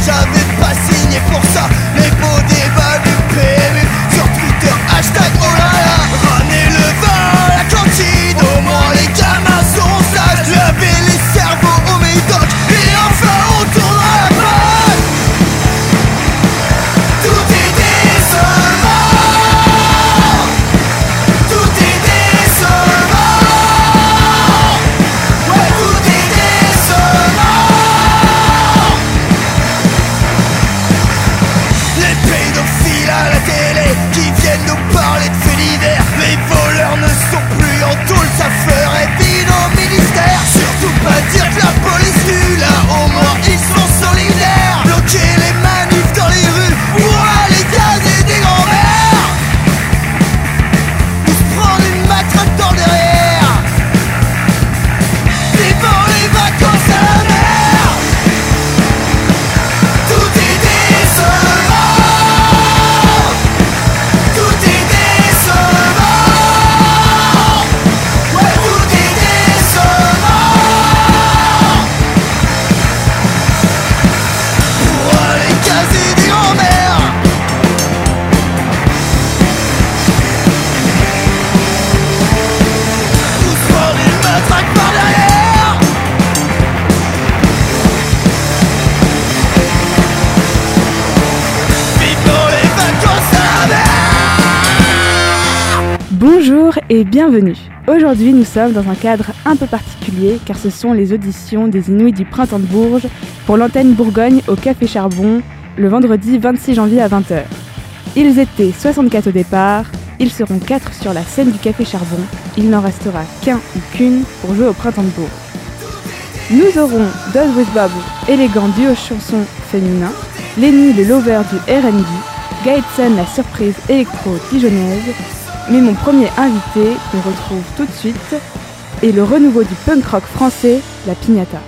j'avais pas signé pour ça. Les beaux débats du PMU sur Twitter, hashtag oh là là. Ramenez le vin à la cantine, au moins les gamins sont sages. Lavez les cerveaux au médoc, et enfin on tournera la page. Tout est décevant, tout est décevant. Ouais, tout est décevant. Les pédophiles à la télé qui viennent nous parler de faits divers. Les voleurs ne sont plus en tôle, ça ferait vide au ministère. Surtout pas dire que la police tue, là au moins ils sont solidaires. Bloquer les manifs dans les rues pour aller gazer des grands-mères. Ou se prendre une matraque dans le derrière. Vivant les vacances à la mer. Tout est décevant, tout est décevant. Ouais, tout est décevant. Pour aller caser des grands-mères. Ou se prendre une matraque par derrière. Vivant les vacances à la mer. Bonjour et bienvenue. Aujourd'hui, nous sommes dans un cadre un peu particulier car ce sont les auditions des Inouïs du Printemps de Bourges pour l'antenne Bourgogne au Café Charbon le vendredi 26 janvier à 20h. Ils étaient 64 au départ, ils seront 4 sur la scène du Café Charbon, il n'en restera qu'un ou qu'une pour jouer au Printemps de Bourges. Nous aurons Dog with Babu, élégant duo chanson féminin, Lenny le lover du R&B, Gaëtsen la surprise électro-dijonnaise, mais mon premier invité qu'on retrouve tout de suite est le renouveau du punk rock français, la Pignata.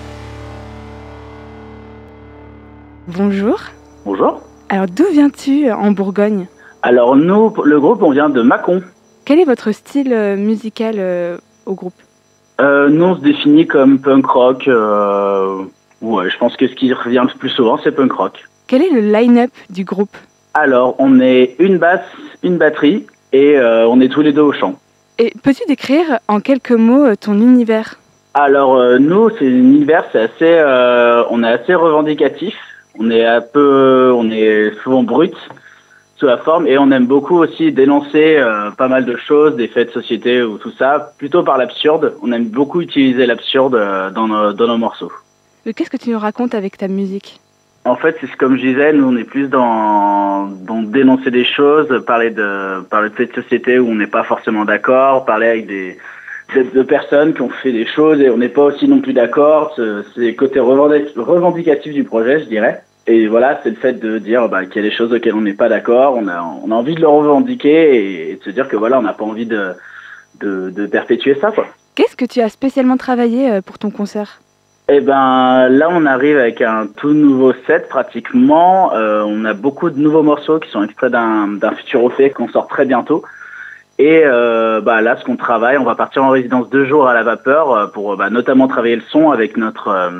Bonjour. Bonjour. Alors d'où viens-tu en Bourgogne ? Alors nous, le groupe, on vient de Mâcon. Quel est votre style musical au groupe ? Nous, on se définit comme punk rock. Ouais, je pense que ce qui revient le plus souvent, c'est punk rock. Quel est le line-up du groupe ? Alors, on est une basse, une batterie, et on est tous les deux au chant. Et peux-tu décrire en quelques mots ton univers ? Alors, nous, c'est un univers, c'est assez, on est assez revendicatif. On est souvent brut sous la forme, et on aime beaucoup aussi dénoncer pas mal de choses, des faits de société ou tout ça, plutôt par l'absurde. On aime beaucoup utiliser l'absurde dans nos morceaux. Qu'est-ce que tu nous racontes avec ta musique ? En fait, c'est comme je disais, nous on est plus dans dénoncer des choses, parler de faits de société où on n'est pas forcément d'accord, parler avec de personnes qui ont fait des choses et on n'est pas aussi non plus d'accord. C'est le côté revendicatif du projet, je dirais. Et voilà, c'est le fait de dire qu'il y a des choses auxquelles on n'est pas d'accord, on a envie de le revendiquer et de se dire que voilà, on n'a pas envie de perpétuer ça, quoi. Qu'est-ce que tu as spécialement travaillé pour ton concert ? Eh ben là, on arrive avec un tout nouveau set pratiquement. On a beaucoup de nouveaux morceaux qui sont extraits d'un futur EP qu'on sort très bientôt. Et là, ce qu'on travaille, on va partir en résidence 2 jours à la vapeur pour notamment travailler le son avec une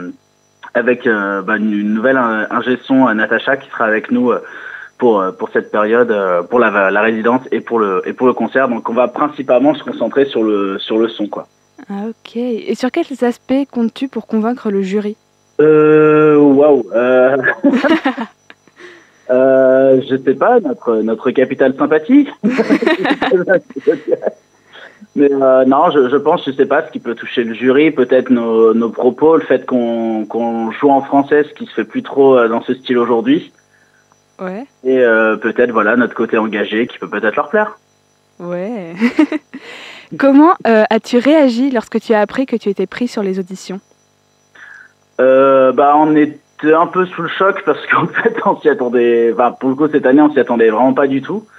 nouvelle ingé son, Natacha, qui sera avec nous pour cette période, pour la résidence et pour le concert. Donc, on va principalement se concentrer sur le son, quoi. Ah, ok. Et sur quels aspects comptes-tu pour convaincre le jury ? Waouh. Je sais pas, notre capitale sympathie. Mais non, je pense, je sais pas, ce qui peut toucher le jury, peut-être nos propos, le fait qu'on joue en français, ce qui se fait plus trop dans ce style aujourd'hui. Ouais. Et peut-être, voilà, notre côté engagé qui peut peut-être leur plaire. Ouais. Comment as-tu réagi lorsque tu as appris que tu étais pris sur les auditions ? On était un peu sous le choc parce qu'en fait, on s'y attendait. Enfin, pour le coup, cette année, on s'y attendait vraiment pas du tout.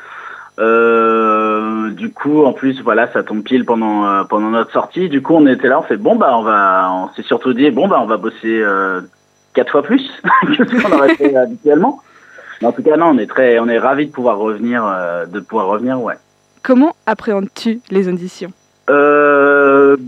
Du coup, en plus, voilà, ça tombe pile pendant notre sortie. Du coup, on était là, on fait on s'est surtout dit on va bosser 4 fois plus que ce qu'on aurait fait habituellement. Mais en tout cas, non, on est ravis de pouvoir revenir, ouais. Comment appréhendes-tu les auditions ?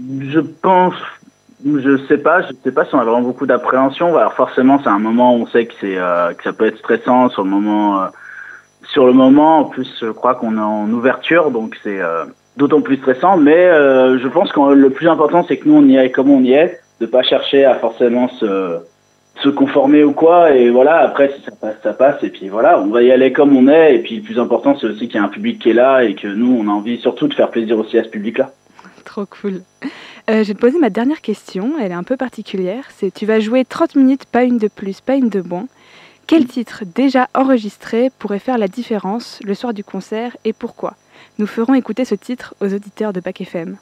Je pense Je sais pas si on a vraiment beaucoup d'appréhension. Alors forcément, c'est un moment où on sait que que ça peut être stressant sur le moment. Sur le moment, en plus, je crois qu'on est en ouverture, donc c'est d'autant plus stressant. Mais je pense que le plus important, c'est que nous, on y est comme on y est, de pas chercher à forcément se conformer ou quoi. Et voilà, après, si ça passe, ça passe. Et puis voilà, on va y aller comme on est. Et puis le plus important, c'est aussi qu'il y a un public qui est là et que nous, on a envie surtout de faire plaisir aussi à ce public-là. Trop cool. Je vais te poser ma dernière question, elle est un peu particulière. C'est tu vas jouer 30 minutes, pas une de plus, pas une de moins. Quel titre déjà enregistré pourrait faire la différence le soir du concert et pourquoi? Nous ferons écouter ce titre aux auditeurs de Bac FM.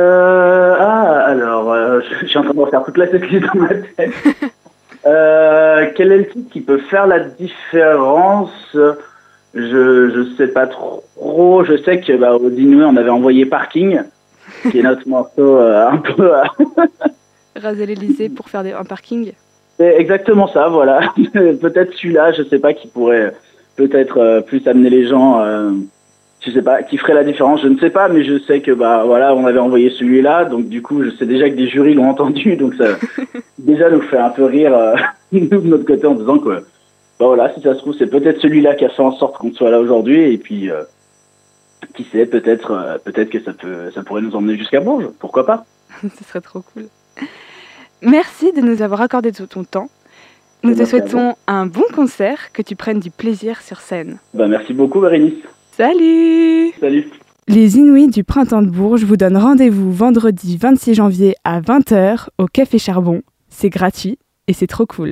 Je suis en train de refaire toute la setlist dans ma tête. Quel est le titre qui peut faire la différence? Je sais pas trop. Je sais que au Dinoué, on avait envoyé Parking, qui est notre morceau un peu... Raser l'Elysée pour faire un parking. C'est exactement ça, voilà. Peut-être celui-là, je sais pas, qui pourrait peut-être plus amener les gens, je sais pas, qui ferait la différence, je ne sais pas, mais je sais que voilà, on avait envoyé celui-là, donc du coup, je sais déjà que des jurys l'ont entendu, donc ça déjà nous fait un peu rire nous de notre côté en disant que voilà, si ça se trouve, c'est peut-être celui-là qui a fait en sorte qu'on soit là aujourd'hui, et puis qui sait, peut-être que ça pourrait nous emmener jusqu'à Bourges, pourquoi pas. Ce serait trop cool. Merci de nous avoir accordé ton temps. Nous te souhaitons un bon concert, que tu prennes du plaisir sur scène. Merci beaucoup, Bérénice. Salut! Salut! Les Inouïs du Printemps de Bourges vous donnent rendez-vous vendredi 26 janvier à 20h au Café Charbon. C'est gratuit et c'est trop cool.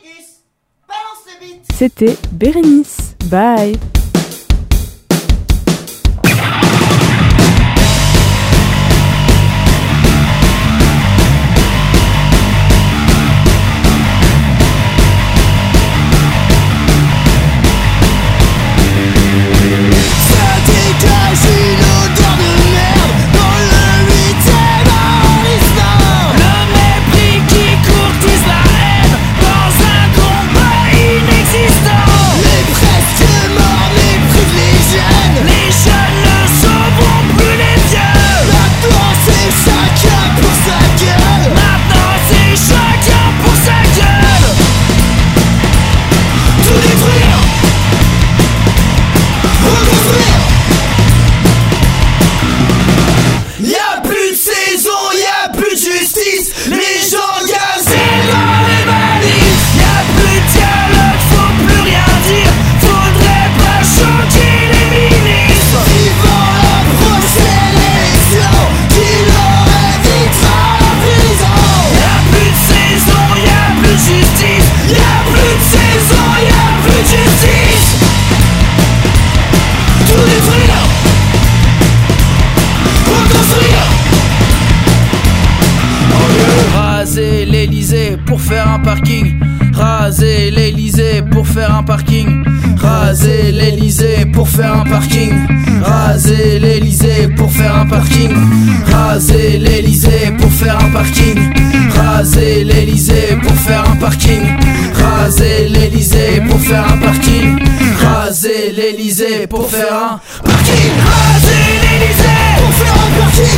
C'était Bérénice. Bye! Raser l'Elysée pour faire un parking. Raser l'Elysée pour faire un parking. Raser l'Elysée pour faire un parking. Raser l'Elysée pour faire un parking. Raser l'Elysée pour faire un parking. Raser l'Elysée pour faire un parking. Raser l'Elysée pour faire un parking. Raser l'Elysée pour faire un parking. Raser l'Elysée pour faire un parking.